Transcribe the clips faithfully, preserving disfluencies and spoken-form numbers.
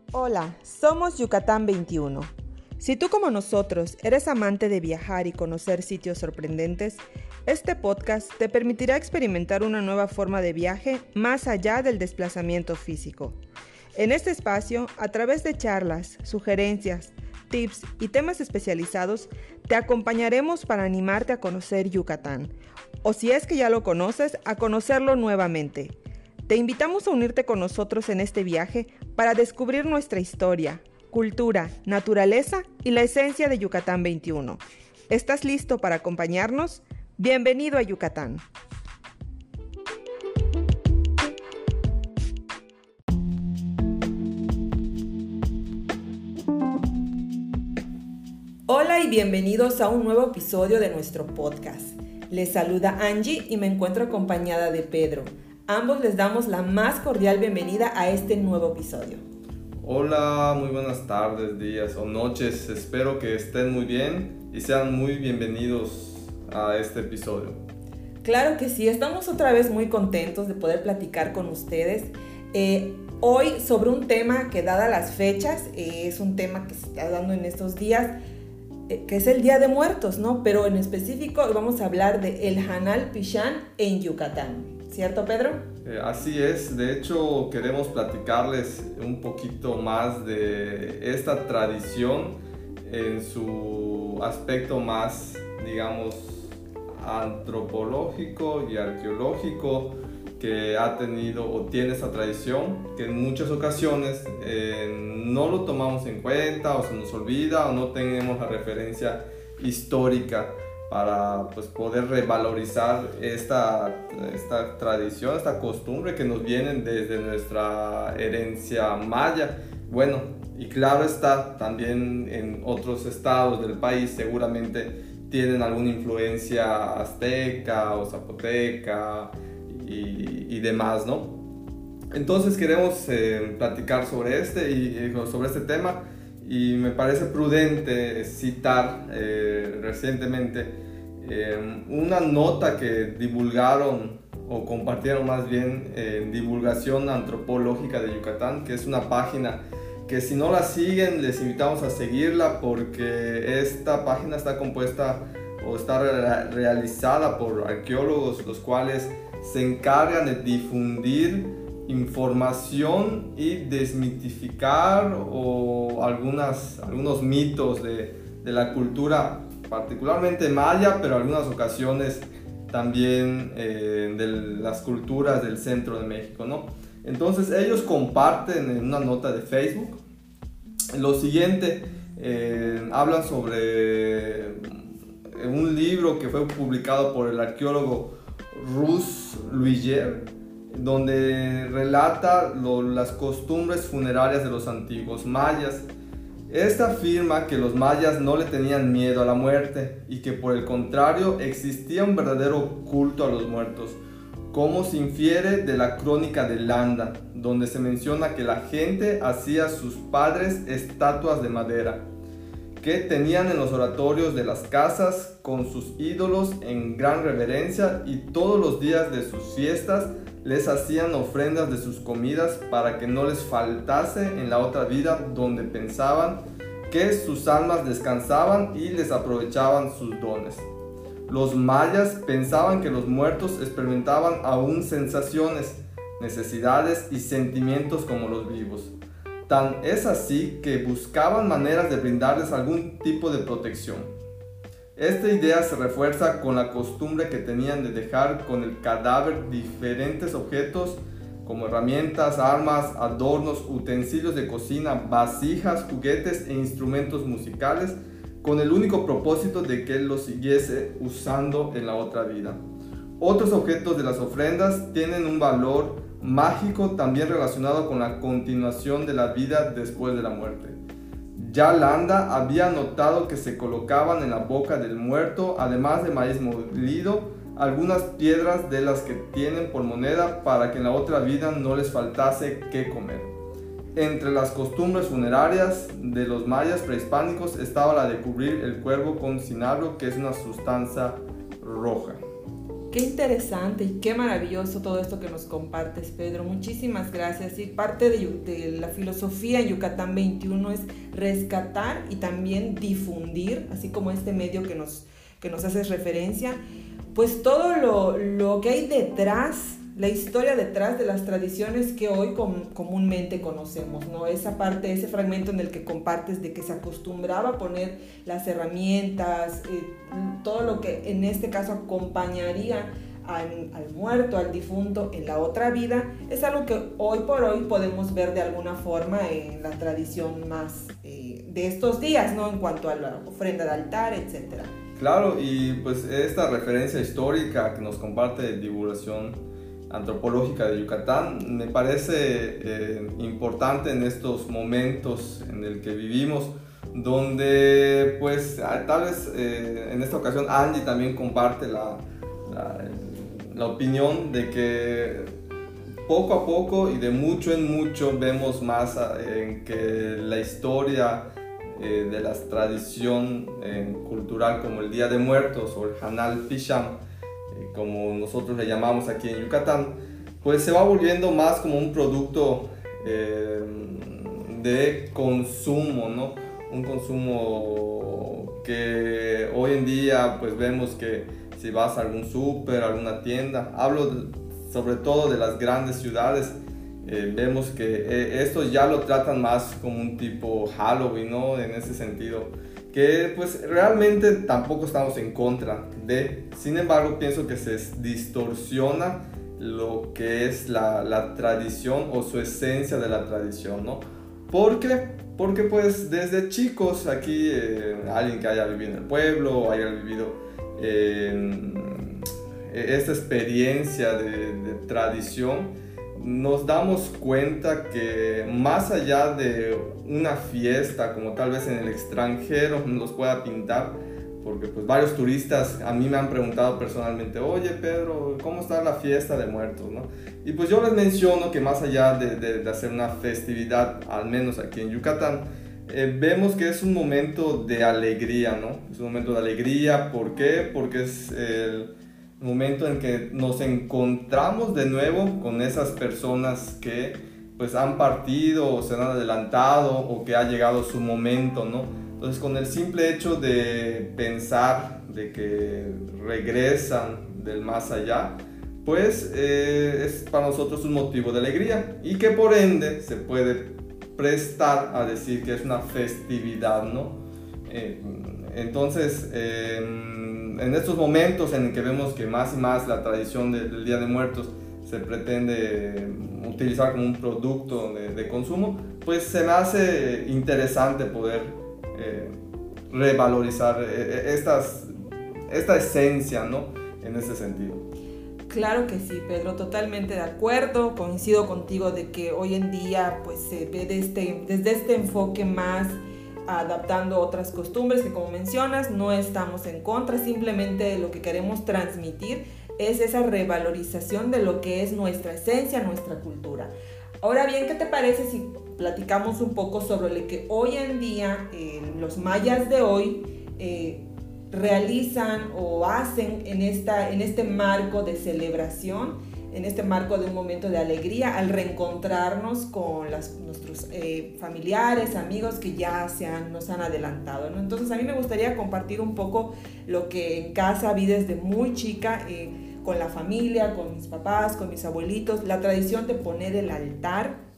Hola, somos Yucatán veintiuno. Si tú como nosotros eres amante de viajar y conocer sitios sorprendentes, este podcast te permitirá experimentar una nueva forma de viaje más allá del desplazamiento físico. En este espacio, a través de charlas, sugerencias, tips y temas especializados, te acompañaremos para animarte a conocer Yucatán, o si es que ya lo conoces, a conocerlo nuevamente. Te invitamos a unirte con nosotros en este viaje para descubrir nuestra historia, cultura, naturaleza y la esencia de Yucatán veintiuno. ¿Estás listo para acompañarnos? Bienvenido a Yucatán. Hola y bienvenidos a un nuevo episodio de nuestro podcast. Les saluda Angie y me encuentro acompañada de Pedro. Ambos les damos la más cordial bienvenida a este nuevo episodio. Hola, muy buenas tardes, días o noches. Espero que estén muy bien y sean muy bienvenidos a este episodio. Claro que sí, estamos otra vez muy contentos de poder platicar con ustedes. Eh, hoy sobre un tema que, dadas las fechas, eh, es un tema que se está dando en estos días, eh, que es el Día de Muertos, ¿no? Pero en específico vamos a hablar de el Hanal Pichán en Yucatán. ¿Cierto, Pedro? Eh, así es, de hecho queremos platicarles un poquito más de esta tradición en su aspecto más, digamos, antropológico y arqueológico que ha tenido o tiene esta tradición, que en muchas ocasiones eh, no lo tomamos en cuenta o se nos olvida o no tenemos la referencia histórica para pues, poder revalorizar esta, esta tradición, esta costumbre que nos viene desde nuestra herencia maya. Bueno, y claro está, también en otros estados del país seguramente tienen alguna influencia azteca o zapoteca y, y demás, ¿no? Entonces queremos eh, platicar sobre este, y, sobre este tema. Y me parece prudente citar eh, recientemente eh, una nota que divulgaron o compartieron más bien en Divulgación Antropológica de Yucatán, que es una página que si no la siguen les invitamos a seguirla, porque esta página está compuesta o está re- realizada por arqueólogos, los cuales se encargan de difundir información y desmitificar o algunas, algunos mitos de, de la cultura, particularmente maya, pero en algunas ocasiones también eh, de las culturas del centro de México, ¿no? Entonces ellos comparten en una nota de Facebook lo siguiente, eh, hablan sobre un libro que fue publicado por el arqueólogo Rus Luiger, donde relata lo, las costumbres funerarias de los antiguos mayas. Esta afirma que los mayas no le tenían miedo a la muerte y que por el contrario existía un verdadero culto a los muertos, como se infiere de la crónica de Landa, donde se menciona que la gente hacía a sus padres estatuas de madera, que tenían en los oratorios de las casas con sus ídolos en gran reverencia, y todos los días de sus fiestas les hacían ofrendas de sus comidas para que no les faltase en la otra vida, donde pensaban que sus almas descansaban y les aprovechaban sus dones. Los mayas pensaban que los muertos experimentaban aún sensaciones, necesidades y sentimientos como los vivos. Tan es así que buscaban maneras de brindarles algún tipo de protección. Esta idea se refuerza con la costumbre que tenían de dejar con el cadáver diferentes objetos como herramientas, armas, adornos, utensilios de cocina, vasijas, juguetes e instrumentos musicales, con el único propósito de que él los siguiese usando en la otra vida. Otros objetos de las ofrendas tienen un valor mágico también relacionado con la continuación de la vida después de la muerte. Ya Landa había notado que se colocaban en la boca del muerto, además de maíz molido, algunas piedras de las que tienen por moneda para que en la otra vida no les faltase qué comer. Entre las costumbres funerarias de los mayas prehispánicos estaba la de cubrir el cuerpo con cinabro, que es una sustancia roja. Qué interesante y qué maravilloso todo esto que nos compartes, Pedro. Muchísimas gracias. Y parte de, de la filosofía en Yucatán veintiuno es rescatar y también difundir, así como este medio que nos, que nos haces referencia, pues todo lo, lo que hay detrás, la historia detrás de las tradiciones que hoy com, comúnmente conocemos, ¿no? Esa parte, ese fragmento en el que compartes de que se acostumbraba a poner las herramientas, eh, todo lo que en este caso acompañaría al, al muerto, al difunto en la otra vida, es algo que hoy por hoy podemos ver de alguna forma en la tradición más eh, de estos días, ¿no? En cuanto a la ofrenda de altar, etcétera. Claro, y pues esta referencia histórica que nos comparte Divulgación Antropológica de Yucatán me parece eh, importante en estos momentos en el que vivimos, donde pues tal vez eh, en esta ocasión Angie también comparte la, la, la opinión de que poco a poco y de mucho en mucho vemos más en que la historia eh, de la tradición eh, cultural como el Día de Muertos o el Hanal Pisham, como nosotros le llamamos aquí en Yucatán, pues se va volviendo más como un producto eh, de consumo, ¿no? Un consumo que hoy en día pues vemos que si vas a algún súper, alguna tienda, hablo de, sobre todo de las grandes ciudades, eh, vemos que eh, esto ya lo tratan más como un tipo Halloween, ¿no? En ese sentido, que pues realmente tampoco estamos en contra de, sin embargo pienso que se distorsiona lo que es la, la tradición o su esencia de la tradición, ¿no? ¿Por qué? Porque pues desde chicos aquí, eh, alguien que haya vivido en el pueblo o haya vivido eh, esta experiencia de, de tradición, nos damos cuenta que más allá de una fiesta, como tal vez en el extranjero nos pueda pintar, porque pues varios turistas a mí me han preguntado personalmente, oye Pedro, ¿cómo está la fiesta de muertos, ¿no? Y pues yo les menciono que más allá de, de, de hacer una festividad, al menos aquí en Yucatán, eh, vemos que es un momento de alegría, ¿no? Es un momento de alegría, ¿por qué? Porque es el momento en que nos encontramos de nuevo con esas personas que pues han partido o se han adelantado o que ha llegado su momento, ¿no? Entonces con el simple hecho de pensar de que regresan del más allá, pues eh, es para nosotros un motivo de alegría y que por ende se puede prestar a decir que es una festividad, ¿no? Eh, entonces eh, en estos momentos en que vemos que más y más la tradición de, del Día de Muertos se pretende utilizar como un producto de, de consumo, pues se me hace interesante poder eh, revalorizar eh, estas, esta esencia, ¿no? En ese sentido. Claro que sí, Pedro, totalmente de acuerdo, coincido contigo de que hoy en día pues se ve de este, desde este enfoque más adaptando otras costumbres que, como mencionas, no estamos en contra, simplemente lo que queremos transmitir es esa revalorización de lo que es nuestra esencia, nuestra cultura. Ahora bien, ¿qué te parece si platicamos un poco sobre lo que hoy en día eh, los mayas de hoy eh, realizan o hacen en, esta, en este marco de celebración, en este marco de un momento de alegría al reencontrarnos con las, nuestros eh, familiares, amigos que ya se han, nos han adelantado, ¿no? Entonces a mí me gustaría compartir un poco lo que en casa vi desde muy chica, eh, con la familia, con mis papás, con mis abuelitos, la tradición de poner el altar,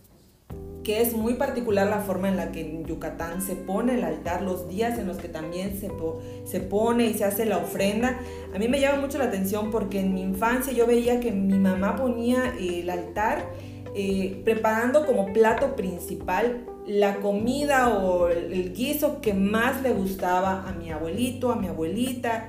que es muy particular la forma en la que en Yucatán se pone el altar, los días en los que también se, po- se pone y se hace la ofrenda. A mí me llama mucho la atención porque en mi infancia yo veía que mi mamá ponía el altar eh, preparando como plato principal la comida o el, el guiso que más le gustaba a mi abuelito, a mi abuelita,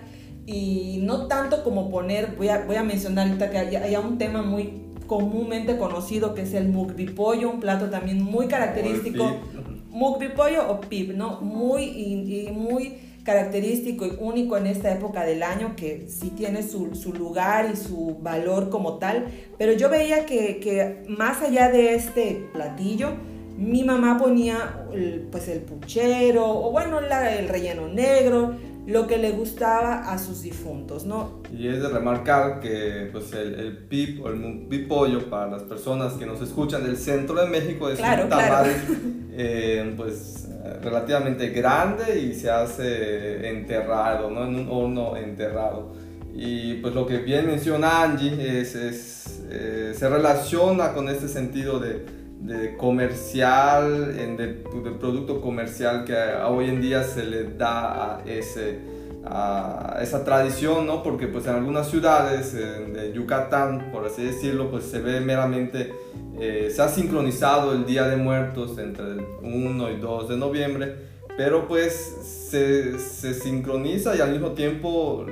y no tanto como poner, voy a, voy a mencionar ahorita que hay, hay un tema muy comúnmente conocido que es el mukbipollo, un plato también muy característico, mukbipollo o pib, ¿no? Muy, y, y muy característico y único en esta época del año, que sí tiene su, su lugar y su valor como tal, pero yo veía que, que más allá de este platillo, mi mamá ponía el, pues el puchero, o bueno, la, el relleno negro, lo que le gustaba a sus difuntos, ¿no? Y es de remarcar que pues, el, el pip o el Mumbipollo, para las personas que nos escuchan del centro de México, es claro, un tamal claro. eh, pues, relativamente grande y se hace enterrado, ¿no? En un horno enterrado. Y pues lo que bien menciona Angie es, es, eh, se relaciona con este sentido de, de comercial, de, de producto comercial que hoy en día se le da a, ese, a esa tradición, ¿no? Porque pues en algunas ciudades eh, de Yucatán, por así decirlo, pues se ve meramente, eh, se ha sincronizado el Día de Muertos entre el uno y dos de noviembre, pero pues se, se sincroniza y al mismo tiempo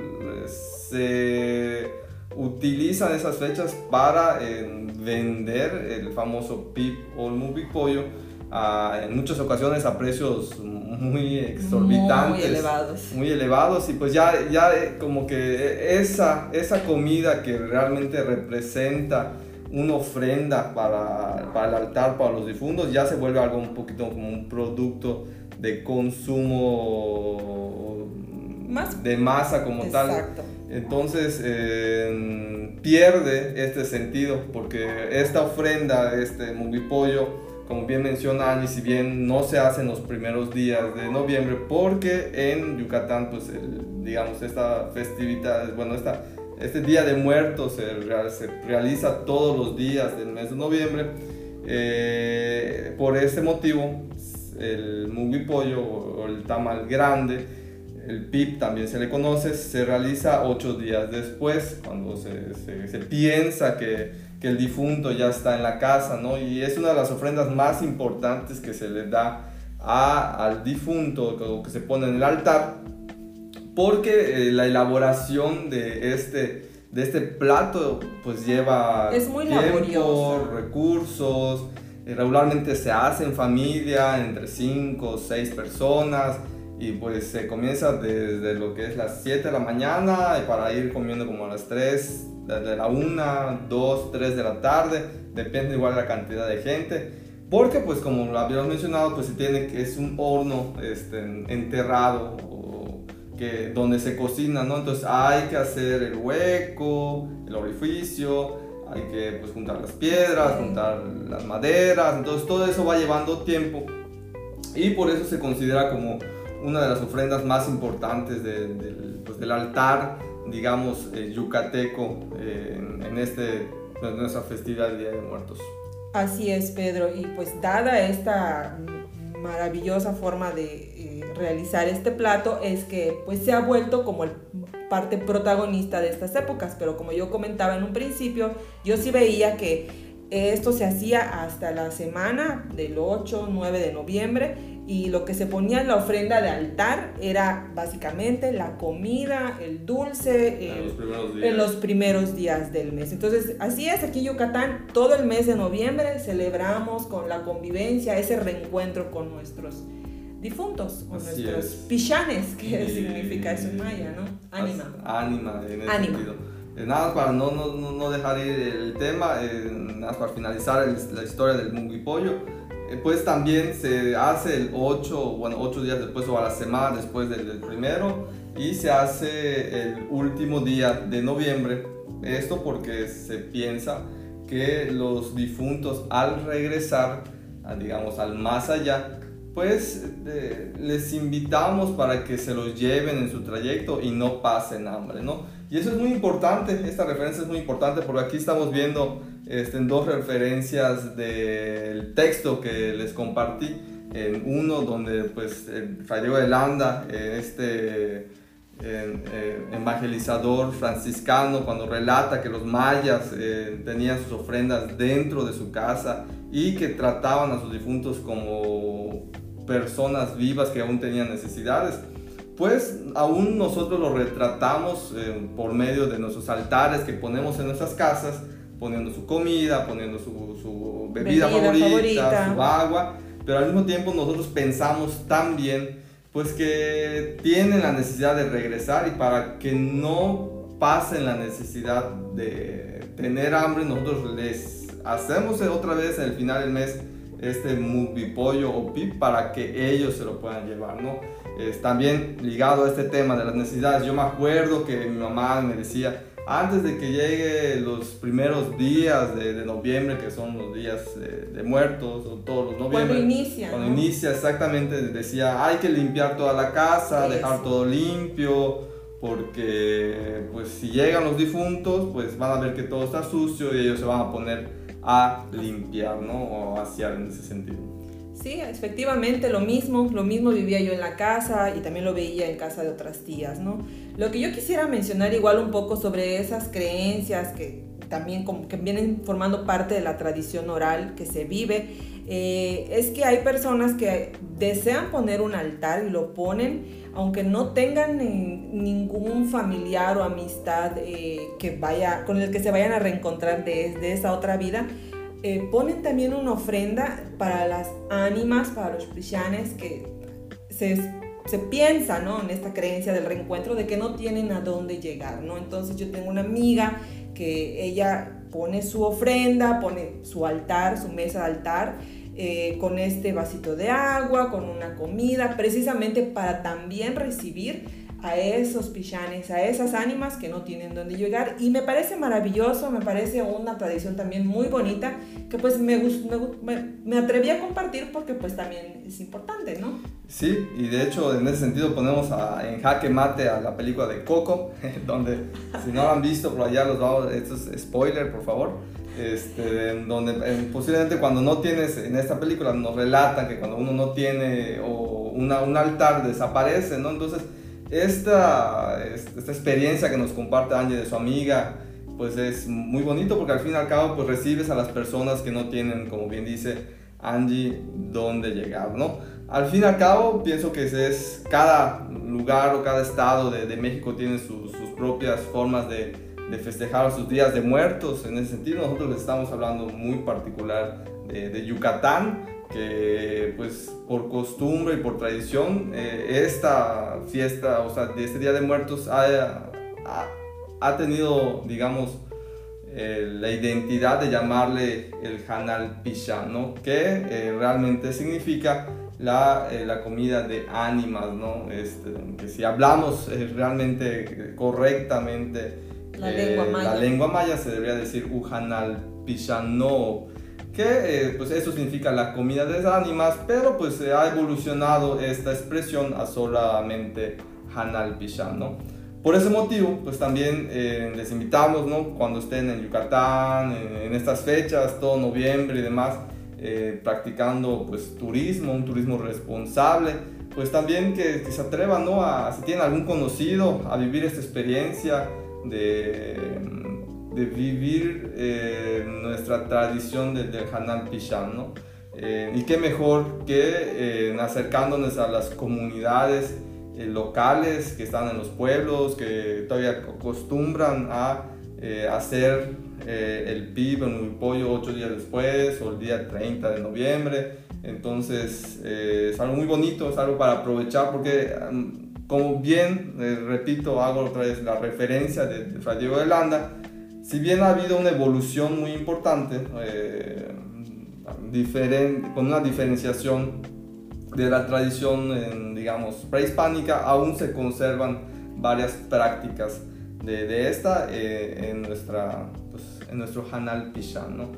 se utilizan esas fechas para eh, vender el famoso pip o el Mumbipollo uh, en muchas ocasiones a precios muy exorbitantes, muy elevados, muy elevados y pues ya, ya como que esa, esa comida que realmente representa una ofrenda para, para el altar, para los difuntos, ya se vuelve algo un poquito como un producto de consumo más de masa como exacto. tal. Entonces eh, pierde este sentido porque esta ofrenda, este Mumbipollo, como bien menciona Angie, si bien no se hace en los primeros días de noviembre, porque en Yucatán, pues el, digamos, esta festividad, bueno, esta, este Día de Muertos se, se realiza todos los días del mes de noviembre. Eh, por ese motivo, el Mumbipollo o el tamal grande, el pip también se le conoce, se realiza ocho días después, cuando se, se, se piensa que, que el difunto ya está en la casa, ¿no? Y es una de las ofrendas más importantes que se le da a, al difunto, que se pone en el altar, porque eh, la elaboración de este, de este plato pues lleva es muy tiempo, laborioso, recursos, eh, regularmente se hace en familia, entre cinco o seis personas, y pues se comienza desde lo que es las siete de la mañana para ir comiendo como a las tres, desde la una, dos, tres de la tarde, depende igual de la cantidad de gente, porque pues como lo habíamos mencionado, pues se tiene que es un horno este, enterrado o que, donde se cocina, ¿no? Entonces hay que hacer el hueco, el orificio, hay que pues juntar las piedras, juntar las maderas, entonces todo eso va llevando tiempo y por eso se considera como una de las ofrendas más importantes de, de, pues, del altar, digamos, eh, yucateco eh, en, en, este, en nuestra festividad del Día de Muertos. Así es, Pedro, y pues dada esta maravillosa forma de eh, realizar este plato, es que pues se ha vuelto como el parte protagonista de estas épocas, pero como yo comentaba en un principio, yo sí veía que esto se hacía hasta la semana del ocho, nueve de noviembre, y lo que se ponía en la ofrenda de altar era básicamente la comida, el dulce, en, el, los primeros días. en los primeros días del mes. Entonces, así es, aquí en Yucatán, todo el mes de noviembre celebramos con la convivencia, ese reencuentro con nuestros difuntos, con así nuestros es. pichanes, que y, significa eso en maya, ¿no? Ánima. Ánima, en ese Ánima. sentido. Eh, nada más para no, no, no dejar ir el tema, eh, nada más para finalizar el, la historia del Mumbipollo. Pues también se hace el ocho, bueno, ocho días después o a la semana después del, del primero, y se hace el último día de noviembre. Esto porque se piensa que los difuntos al regresar, a, digamos, al más allá, pues eh, les invitamos para que se los lleven en su trayecto y no pasen hambre, ¿no? Y eso es muy importante, esta referencia es muy importante porque aquí estamos viendo este, en dos referencias del texto que les compartí. En uno donde pues el Fray Diego de Landa, este eh, eh, evangelizador franciscano, cuando relata que los mayas eh, tenían sus ofrendas dentro de su casa y que trataban a sus difuntos como personas vivas que aún tenían necesidades, pues aún nosotros lo retratamos eh, por medio de nuestros altares que ponemos en nuestras casas, poniendo su comida, poniendo su, su bebida, bebida favorita, favorita, su agua, pero al mismo tiempo nosotros pensamos también pues que tienen la necesidad de regresar, y para que no pasen la necesidad de tener hambre, nosotros les hacemos otra vez en el final del mes este mupipollo o pip para que ellos se lo puedan llevar, ¿no? Es también ligado a este tema de las necesidades. Yo me acuerdo que mi mamá me decía, antes de que llegue los primeros días de, de noviembre, que son los días de, de muertos, o todos los noviembre. Cuando inicia, Cuando ¿no? inicia, exactamente, decía, hay que limpiar toda la casa, Eso. dejar todo limpio, porque pues si llegan los difuntos, pues van a ver que todo está sucio y ellos se van a poner a limpiar, ¿no? O a vaciar en ese sentido. Sí, efectivamente, lo mismo, lo mismo vivía yo en la casa y también lo veía en casa de otras tías, ¿no? Lo que yo quisiera mencionar igual un poco sobre esas creencias que también como que vienen formando parte de la tradición oral que se vive, eh, es que hay personas que desean poner un altar y lo ponen, aunque no tengan eh, ningún familiar o amistad eh, que vaya, con el que se vayan a reencontrar de, de esa otra vida. Eh, ponen también una ofrenda para las ánimas, para los prishanes, que se, se piensa, ¿no?, en esta creencia del reencuentro de que no tienen a dónde llegar, ¿no? Entonces yo tengo una amiga que ella pone su ofrenda, pone su altar, su mesa de altar, eh, con este vasito de agua, con una comida, precisamente para también recibir a esos pishanes, a esas ánimas que no tienen dónde llegar, y me parece maravilloso, me parece una tradición también muy bonita que pues me, me, me atreví a compartir porque pues también es importante, ¿no? Sí, y de hecho en ese sentido ponemos a, en jaque mate a la película de Coco, donde si no lo han visto por allá los vamos, esto es spoiler por favor, este, donde eh, posiblemente cuando no tienes, en esta película nos relatan que cuando uno no tiene o una, un altar desaparece, ¿no? Entonces Esta, esta experiencia que nos comparte Angie de su amiga, pues es muy bonito porque al fin y al cabo pues recibes a las personas que no tienen, como bien dice Angie, dónde llegar, ¿no? Al fin y al cabo pienso que es, cada lugar o cada estado de, de México tiene sus, sus propias formas de, de festejar sus días de muertos. En ese sentido nosotros les estamos hablando muy particular de, de Yucatán, que pues por costumbre y por tradición eh, esta fiesta, o sea, de este Día de Muertos ha, ha, ha tenido, digamos, eh, la identidad de llamarle el Hanal Pishan, ¿no? Que eh, realmente significa la, eh, la comida de ánimas, ¿no? Este, que si hablamos eh, realmente correctamente la, eh, lengua maya. la lengua maya se debería decir Uhanal Pishan no, que eh, pues eso significa la comida de las ánimas, pero pues se ha evolucionado esta expresión a solamente Hanal Pishan, ¿no? Por ese motivo, pues también eh, les invitamos, ¿no?, cuando estén en Yucatán, en, en estas fechas, todo noviembre y demás, eh, practicando pues turismo, un turismo responsable, pues también que, que se atrevan, ¿no?, a, si tienen algún conocido, a vivir esta experiencia de... de vivir eh, nuestra tradición de, del Hanal Pishan, ¿no? Eh, y qué mejor que eh, acercándonos a las comunidades eh, locales que están en los pueblos, que todavía acostumbran a eh, hacer eh, el pib, el mupipollo ocho días después o el día treinta de noviembre. Entonces eh, es algo muy bonito, es algo para aprovechar porque um, como bien, eh, repito, hago otra vez la referencia de, de Fray Diego de Landa. Si bien ha habido una evolución muy importante, eh, diferente, con una diferenciación de la tradición, en, digamos, prehispánica, aún se conservan varias prácticas de, de esta eh, en, nuestra, pues, en nuestro Hanal Pishan, ¿no?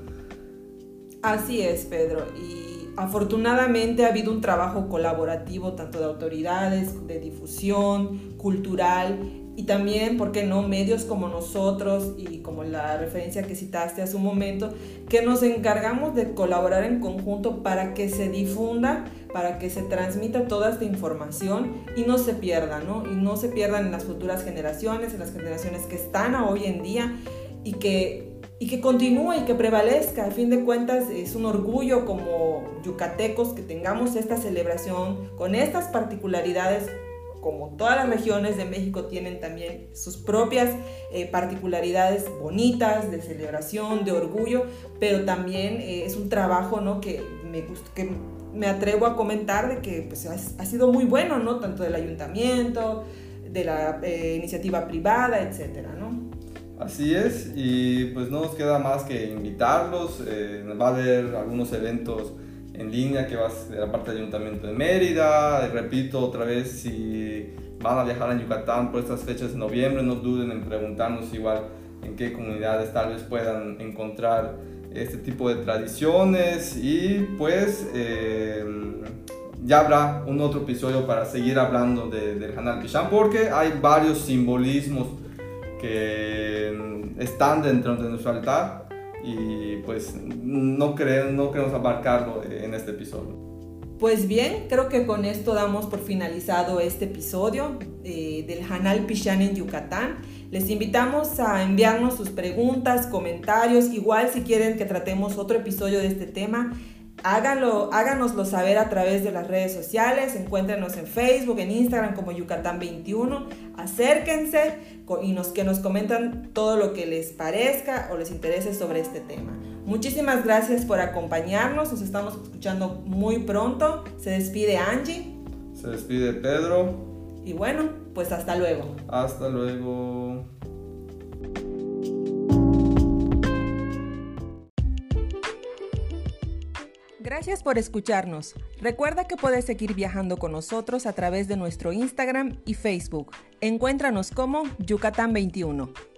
Así es, Pedro, y afortunadamente ha habido un trabajo colaborativo tanto de autoridades, de difusión, cultural, y también, ¿por qué no?, medios como nosotros y como la referencia que citaste hace un momento, que nos encargamos de colaborar en conjunto para que se difunda, para que se transmita toda esta información y no se pierda, ¿no? Y no se pierdan en las futuras generaciones, en las generaciones que están hoy en día, y que, y que continúe y que prevalezca. A fin de cuentas es un orgullo como yucatecos que tengamos esta celebración con estas particularidades. Como todas las regiones de México tienen también sus propias eh, particularidades bonitas de celebración, de orgullo, pero también eh, es un trabajo, ¿no?, que me, que me atrevo a comentar de que pues, ha, ha sido muy bueno, ¿no?, tanto del ayuntamiento, de la eh, iniciativa privada, etcétera, ¿no? Así es, y pues no nos queda más que invitarlos. Eh, va a haber algunos eventos en línea que va a ser la parte del Ayuntamiento de Mérida. Repito otra vez, si van a viajar a Yucatán por estas fechas de noviembre, no duden en preguntarnos igual en qué comunidades tal vez puedan encontrar este tipo de tradiciones, y pues eh, ya habrá un otro episodio para seguir hablando de, del Hanal Pixán, porque hay varios simbolismos que están dentro de nuestro altar y pues no, cre- no queremos abarcarlo en este episodio. Pues bien, creo que con esto damos por finalizado este episodio eh, del Hanal Pixán en Yucatán. Les invitamos a enviarnos sus preguntas, comentarios. Igual si quieren que tratemos otro episodio de este tema, háganlo, háganoslo saber a través de las redes sociales. Encuéntrenos en Facebook, en Instagram como Yucatán veintiuno. Acérquense y nos, que nos comentan todo lo que les parezca o les interese sobre este tema. Muchísimas gracias por acompañarnos. Nos estamos escuchando muy pronto. Se despide Angie. Se despide Pedro. Y bueno, pues hasta luego. Hasta luego. Gracias por escucharnos. Recuerda que puedes seguir viajando con nosotros a través de nuestro Instagram y Facebook. Encuéntranos como Yucatán veintiuno.